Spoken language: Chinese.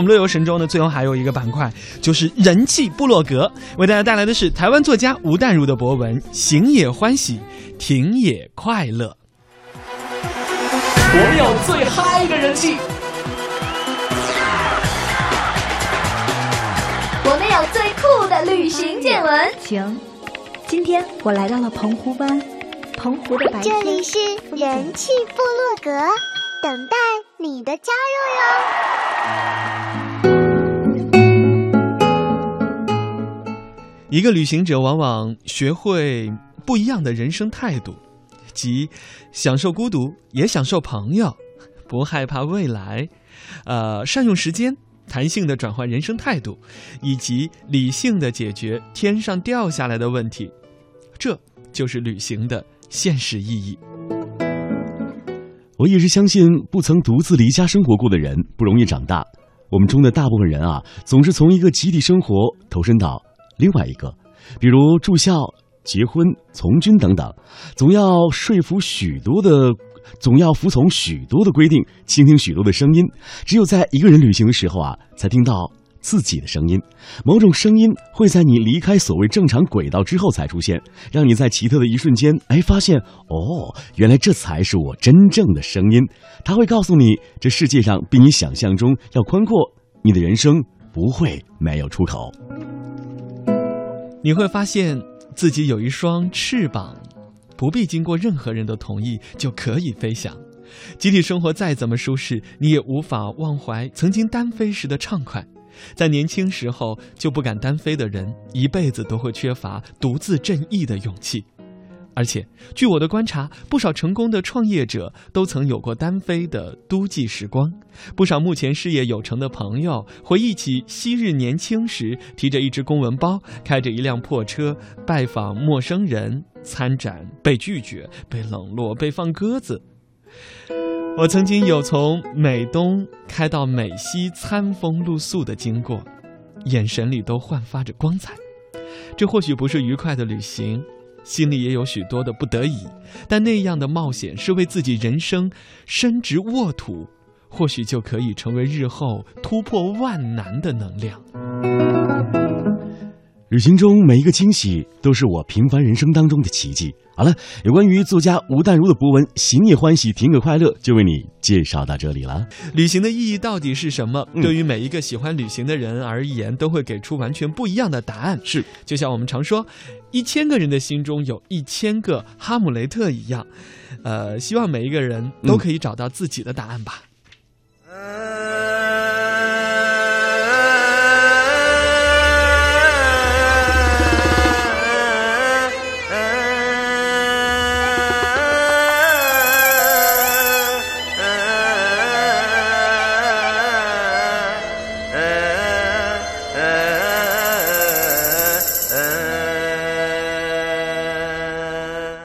我们乐游神州呢，最后还有一个板块，就是人气部落格，为大家带来的是台湾作家吴淡如的博文《行也欢喜，停也快乐》。 我们有最嗨的人气， 我们有最酷的旅行见闻。 行，今天我来到了澎湖湾，澎湖的白天。 这里是人气部落格，等待你的加入哟。 一个旅行者往往学会不一样的人生态度，即享受孤独，也享受朋友，不害怕未来，善用时间，弹性的转换人生态度，以及理性的解决天上掉下来的问题。这就是旅行的现实意义。 我一直相信，不曾独自离家生活过的人不容易长大。我们中的大部分人啊，总是从一个集体生活投身到另外一个，比如住校、结婚、从军等等，总要服从许多的规定，倾听许多的声音。只有在一个人旅行的时候啊，才听到自己的声音。某种声音会在你离开所谓正常轨道之后才出现，让你在奇特的一瞬间，发现原来这才是我真正的声音。它会告诉你，这世界上比你想象中要宽阔，你的人生不会没有出口。 你会发现自己有一双翅膀，不必经过任何人的同意就可以飞翔。集体生活再怎么舒适，你也无法忘怀曾经单飞时的畅快。在年轻时候就不敢单飞的人，一辈子都会缺乏独自振翼的勇气。而且据我的观察，不少成功的创业者都曾有过单飞的都寂时光。不少目前事业有成的朋友回忆起昔日年轻时，提着一只公文包，开着一辆破车，拜访陌生人，参展被拒绝，被冷落，被放鸽子。我曾经有从美东开到美西餐风露宿的经过，眼神里都焕发着光彩。这或许不是愉快的旅行，心里也有许多的不得已，但那样的冒险是为自己人生伸直沃土，或许就可以成为日后突破万难的能量。 旅行中每一个惊喜都是我平凡人生当中的奇迹。好了，有关于作家吴淡如的博文《行也欢喜，停也快乐》就为你介绍到这里了。 旅行的意义到底是什么？对于每一个喜欢旅行的人而言，都会给出完全不一样的答案。 是， 就像我们常说，1000个人的心中有1000个哈姆雷特一样。希望每一个人都可以找到自己的答案吧。